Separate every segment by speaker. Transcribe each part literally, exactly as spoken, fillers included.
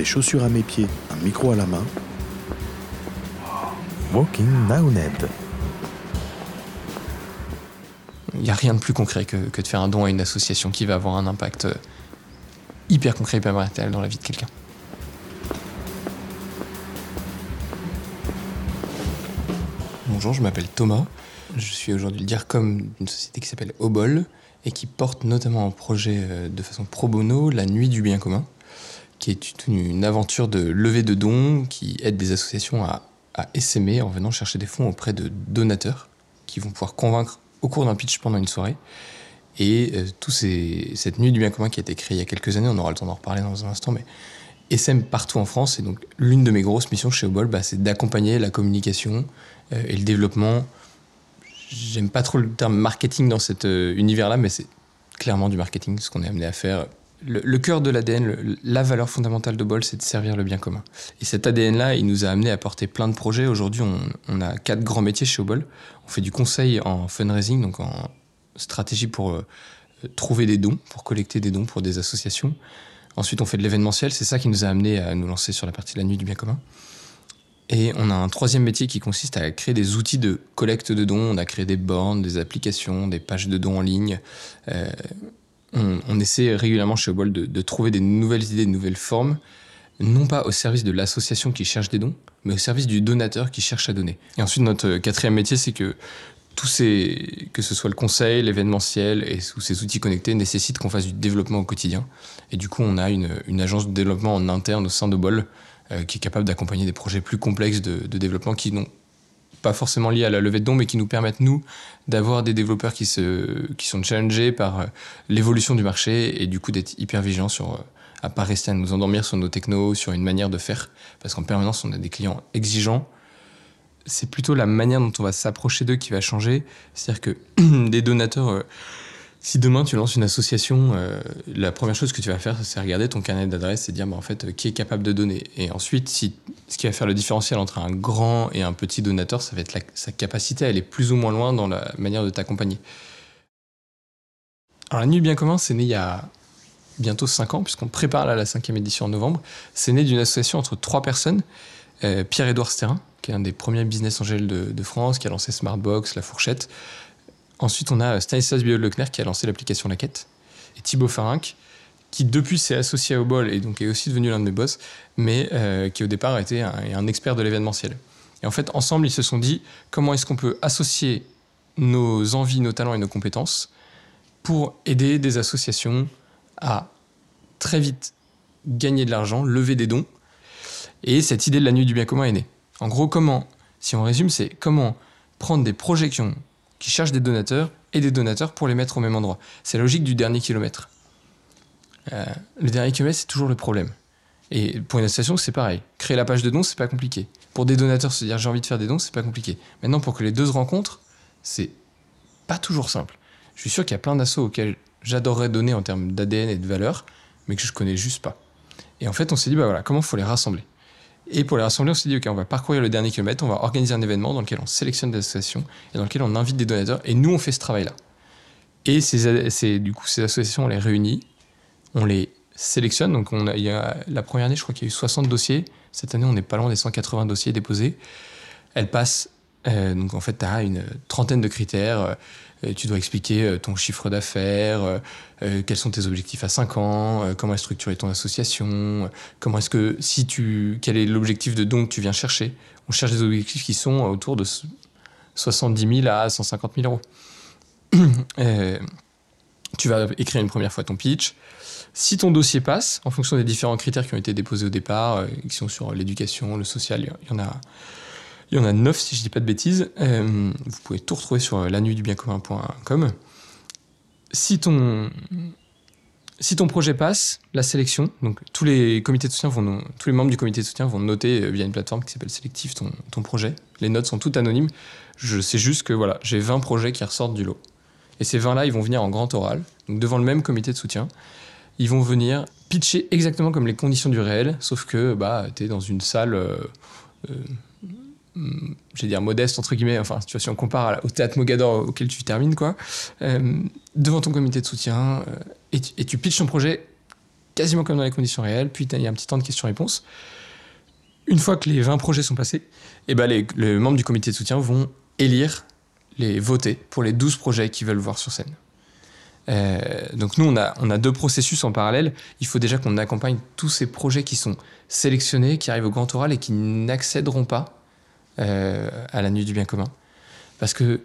Speaker 1: chaussures à mes pieds, un micro à la main. Walking Nownet.
Speaker 2: Il n'y a rien de plus concret que, que de faire un don à une association qui va avoir un impact hyper concret, hyper matériel dans la vie de quelqu'un. Bonjour, je m'appelle Thomas. Je suis aujourd'hui le DIRCOM d'une société qui s'appelle Obol et qui porte notamment un projet de façon pro bono, la Nuit du bien commun, qui est une aventure de levée de dons qui aide des associations à, à essaimer en venant chercher des fonds auprès de donateurs qui vont pouvoir convaincre au cours d'un pitch pendant une soirée. Et euh, tout ces, cette Nuit du bien commun qui a été créée il y a quelques années, on aura le temps d'en reparler dans un instant, mais essaime partout en France. Et donc l'une de mes grosses missions chez Obol, bah, c'est d'accompagner la communication euh, et le développement. J'aime pas trop le terme marketing dans cet euh, univers-là, mais c'est clairement du marketing, ce qu'on est amené à faire. Le, le cœur de l'A D N, le, la valeur fondamentale d'Obol, c'est de servir le bien commun. Et cet A D N-là, il nous a amené à porter plein de projets. Aujourd'hui, on, on a quatre grands métiers chez Obol. On fait du conseil en fundraising, donc en stratégie pour euh, trouver des dons, pour collecter des dons pour des associations. Ensuite, on fait de l'événementiel. C'est ça qui nous a amené à nous lancer sur la partie de la Nuit du bien commun. Et on a un troisième métier qui consiste à créer des outils de collecte de dons. On a créé des bornes, des applications, des pages de dons en ligne. Euh, on, on essaie régulièrement chez Obol de, de trouver des nouvelles idées, de nouvelles formes, non pas au service de l'association qui cherche des dons, mais au service du donateur qui cherche à donner. Et ensuite, notre quatrième métier, c'est que tous ces, que ce soit le conseil, l'événementiel et tous ces outils connectés nécessitent qu'on fasse du développement au quotidien. Et du coup, on a une, une agence de développement en interne au sein d'Obol euh, qui est capable d'accompagner des projets plus complexes de, de développement qui n'ont pas forcément liés à la levée de dons, mais qui nous permettent, nous, d'avoir des développeurs qui, se, qui sont challengés par euh, l'évolution du marché et du coup d'être hyper vigilants sur, euh, à pas rester à nous endormir sur nos technos, sur une manière de faire. Parce qu'en permanence, on a des clients exigeants. C'est plutôt la manière dont on va s'approcher d'eux qui va changer. C'est-à-dire que des donateurs, euh, si demain tu lances une association, euh, la première chose que tu vas faire, c'est regarder ton carnet d'adresses et dire bah, en fait, euh, qui est capable de donner. Et ensuite, si, ce qui va faire le différentiel entre un grand et un petit donateur, ça va être la, sa capacité à aller plus ou moins loin dans la manière de t'accompagner. Alors la Nuit du bien commun, c'est né il y a bientôt cinq ans, puisqu'on prépare là, la cinquième édition en novembre. C'est né d'une association entre trois personnes. Euh, Pierre-Édouard Stérin, qui est un des premiers business angels de, de France, qui a lancé Smartbox, La Fourchette. Ensuite, on a Stanislas Biot-Leclerc, qui a lancé l'application La Quête. Et Thibaut Farinck, qui depuis s'est associé à Obol et donc est aussi devenu l'un de mes boss, mais euh, qui au départ a été un, un expert de l'événementiel. Et en fait, ensemble, ils se sont dit comment est-ce qu'on peut associer nos envies, nos talents et nos compétences pour aider des associations à très vite gagner de l'argent, lever des dons. Et cette idée de la Nuit du bien commun est née. En gros, comment, si on résume, c'est comment prendre des projets qui, ont, qui cherchent des donateurs et des donateurs pour les mettre au même endroit. C'est la logique du dernier kilomètre. Euh, le dernier kilomètre, c'est toujours le problème. Et pour une association, c'est pareil. Créer la page de dons, c'est pas compliqué. Pour des donateurs, se dire j'ai envie de faire des dons, c'est pas compliqué. Maintenant, pour que les deux se rencontrent, c'est pas toujours simple. Je suis sûr qu'il y a plein d'assos auxquels j'adorerais donner en termes d'A D N et de valeur, mais que je connais juste pas. Et en fait, on s'est dit, bah voilà, comment il faut les rassembler ? Et pour les rassembler, on s'est dit, ok, on va parcourir le dernier kilomètre, on va organiser un événement dans lequel on sélectionne des associations et dans lequel on invite des donateurs, et nous, on fait ce travail-là. Et ces, ces, du coup, ces associations, on les réunit, on les sélectionne. Donc, on a, il y a, la première année, je crois qu'il y a eu soixante dossiers. Cette année, on n'est pas loin des cent quatre-vingts dossiers déposés. Elles passent, euh, donc en fait, tu as une trentaine de critères. Euh, tu dois expliquer euh, ton chiffre d'affaires, euh, euh, quels sont tes objectifs à cinq ans, euh, comment est structurée ton association, euh, comment est-ce que, si tu, quel est l'objectif de don que tu viens chercher. On cherche des objectifs qui sont autour de soixante-dix mille à cent cinquante mille euros. euh, tu vas écrire une première fois ton pitch. Si ton dossier passe, en fonction des différents critères qui ont été déposés au départ, euh, qui sont sur l'éducation, le social, il y en a... Il y en a neuf, si je ne dis pas de bêtises. Euh, vous pouvez tout retrouver sur la nuit du bien commun point com. Si ton, si ton projet passe, la sélection, donc tous les comités de soutien vont, tous les membres du comité de soutien vont noter via une plateforme qui s'appelle Sélectif ton, ton projet. Les notes sont toutes anonymes. Je sais juste que voilà, j'ai vingt projets qui ressortent du lot. Et ces vingt-là, ils vont venir en grand oral, donc devant le même comité de soutien. Ils vont venir pitcher exactement comme les conditions du réel, sauf que bah, tu es dans une salle... Euh, euh, je vais dire modeste entre guillemets, enfin tu vois, si on compare au théâtre Mogador auquel tu termines quoi, euh, devant ton comité de soutien euh, et, tu, et tu pitches ton projet quasiment comme dans les conditions réelles, puis il y a un petit temps de questions-réponses. Une fois que les vingt projets sont passés, et ben les, les membres du comité de soutien vont élire, les voter pour les douze projets qu'ils veulent voir sur scène. Euh, donc nous, on a, on a deux processus en parallèle. Il faut déjà qu'on accompagne tous ces projets qui sont sélectionnés, qui arrivent au grand oral et qui n'accéderont pas euh, à la nuit du bien commun. Parce que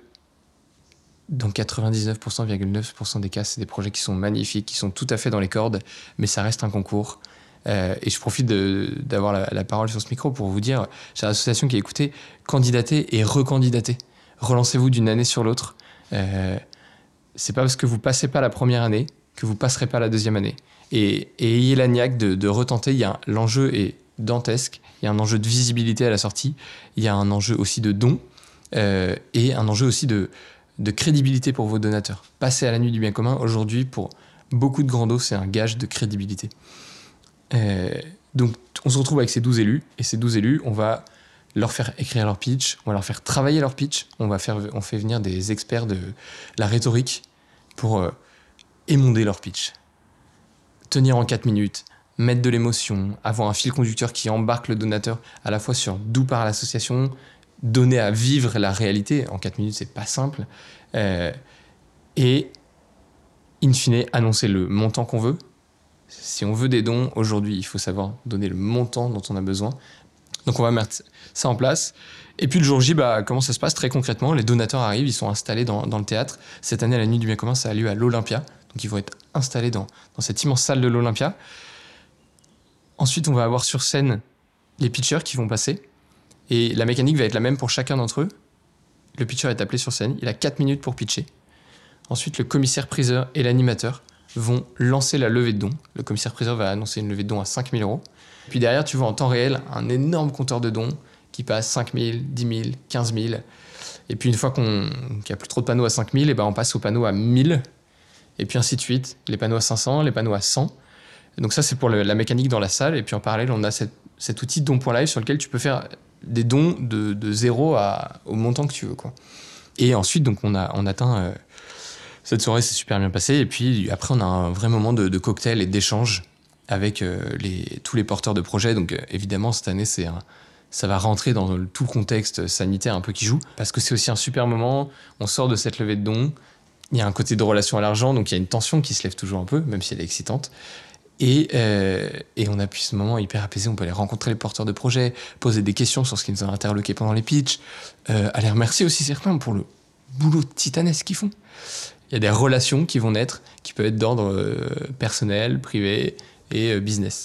Speaker 2: dans quatre-vingt-dix-neuf virgule neuf pour cent des cas, c'est des projets qui sont magnifiques, qui sont tout à fait dans les cordes, mais ça reste un concours. Euh, et je profite de, d'avoir la, la parole sur ce micro pour vous dire, j'ai l'association qui a écouté, candidatez et recandidatez. Relancez-vous d'une année sur l'autre. Euh, c'est pas parce que vous passez pas la première année que vous passerez pas la deuxième année. Et, et ayez la niaque de, de retenter. Il y a, l'enjeu est dantesque. Il y a un enjeu de visibilité à la sortie. Il y a un enjeu aussi de don euh, et un enjeu aussi de, de crédibilité pour vos donateurs. Passer à la nuit du bien commun, aujourd'hui, pour beaucoup de grandos, c'est un gage de crédibilité. Euh, donc, on se retrouve avec ces douze élus. Et ces douze élus, on va leur faire écrire leur pitch, on va leur faire travailler leur pitch, on, va faire, on fait venir des experts de la rhétorique pour euh, émonder leur pitch. Tenir en quatre minutes, mettre de l'émotion, avoir un fil conducteur qui embarque le donateur à la fois sur d'où part l'association, donner à vivre la réalité. En quatre minutes, c'est pas simple. Euh, et, in fine, annoncer le montant qu'on veut. Si on veut des dons, aujourd'hui, il faut savoir donner le montant dont on a besoin. Donc on va mettre ça en place. Et puis le jour J, bah, comment ça se passe très concrètement? Les donateurs arrivent, ils sont installés dans, dans le théâtre. Cette année, à la nuit du bien commun, ça a lieu à l'Olympia. Donc ils vont être installés dans, dans cette immense salle de l'Olympia. Ensuite, on va avoir sur scène les pitchers qui vont passer. Et la mécanique va être la même pour chacun d'entre eux. Le pitcher est appelé sur scène, il a quatre minutes pour pitcher. Ensuite, le commissaire-priseur et l'animateur vont lancer la levée de dons. Le commissaire-priseur va annoncer une levée de dons à cinq mille euros. Puis derrière, tu vois en temps réel un énorme compteur de dons qui passe cinq mille, dix mille, quinze mille. Et puis une fois qu'on, qu'il n'y a plus trop de panneaux à cinq mille, et ben on passe aux panneaux à mille. Et puis ainsi de suite. Les panneaux à cinq cents, les panneaux à cent. Et donc ça, c'est pour le, la mécanique dans la salle. Et puis en parallèle, on a cette, cet outil don.live sur lequel tu peux faire des dons de, de zéro à, au montant que tu veux, quoi. Et ensuite, donc, on, a, on atteint... Euh, cette soirée s'est super bien passée. Et puis après, on a un vrai moment de, de cocktail et d'échange avec euh, les, tous les porteurs de projets. Donc euh, évidemment, cette année, c'est un, ça va rentrer dans le, tout le contexte sanitaire un peu qui joue, parce que c'est aussi un super moment. On sort de cette levée de dons. Il y a un côté de relation à l'argent, donc il y a une tension qui se lève toujours un peu, même si elle est excitante. Et, euh, et on a pu ce moment hyper apaisé. On peut aller rencontrer les porteurs de projets, poser des questions sur ce qui nous a interloqué pendant les pitchs, euh, aller remercier aussi certains pour le boulot titanesque qu'ils font. Il y a des relations qui vont naître, qui peuvent être d'ordre euh, personnel, privé et euh, business.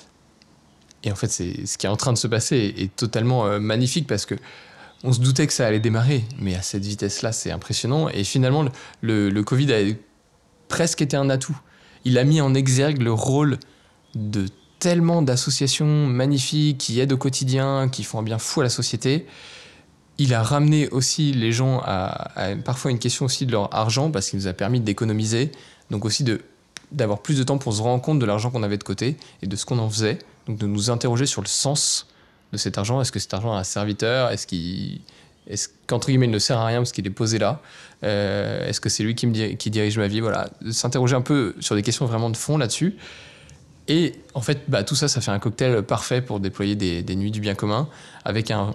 Speaker 2: Et en fait, c'est, ce qui est en train de se passer est, est totalement euh, magnifique, parce que on se doutait que ça allait démarrer, mais à cette vitesse-là, c'est impressionnant. Et finalement, le, le, le Covid a presque été un atout. Il a mis en exergue le rôle de tellement d'associations magnifiques qui aident au quotidien, qui font un bien fou à la société. Il a ramené aussi les gens à, à parfois une question aussi de leur argent, parce qu'il nous a permis d'économiser, donc aussi de, d'avoir plus de temps pour se rendre compte de l'argent qu'on avait de côté et de ce qu'on en faisait, donc de nous interroger sur le sens de cet argent. Est-ce que cet argent a un serviteur? Est-ce qu'il, est-ce qu'entre guillemets il ne sert à rien parce qu'il est posé là? euh, Est-ce que c'est lui qui, me dir- qui dirige ma vie? Voilà, s'interroger un peu sur des questions vraiment de fond là-dessus. Et en fait, bah, tout ça, ça fait un cocktail parfait pour déployer des, des nuits du bien commun, avec un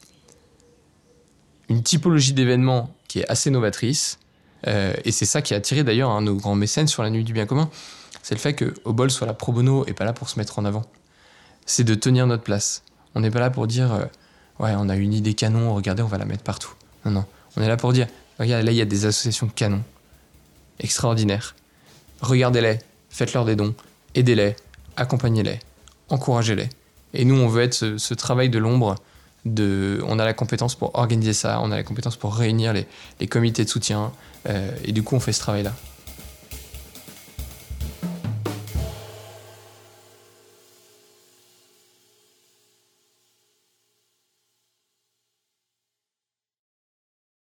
Speaker 2: une typologie d'événements qui est assez novatrice. Euh, et c'est ça qui a attiré d'ailleurs un de nos grands mécènes sur la nuit du bien commun. C'est le fait qu'O B O L soit là pro bono et pas là pour se mettre en avant. C'est de tenir notre place. On n'est pas là pour dire euh, ouais, on a une idée canon, regardez, on va la mettre partout. Non, non. On est là pour dire regarde, là, il y a des associations canon, extraordinaires. Regardez-les, faites-leur des dons, aidez-les, accompagnez-les, encouragez-les. Et nous, on veut être ce, ce travail de l'ombre. De, on a la compétence pour organiser ça, on a la compétence pour réunir les, les comités de soutien, euh, et du coup on fait ce travail-là.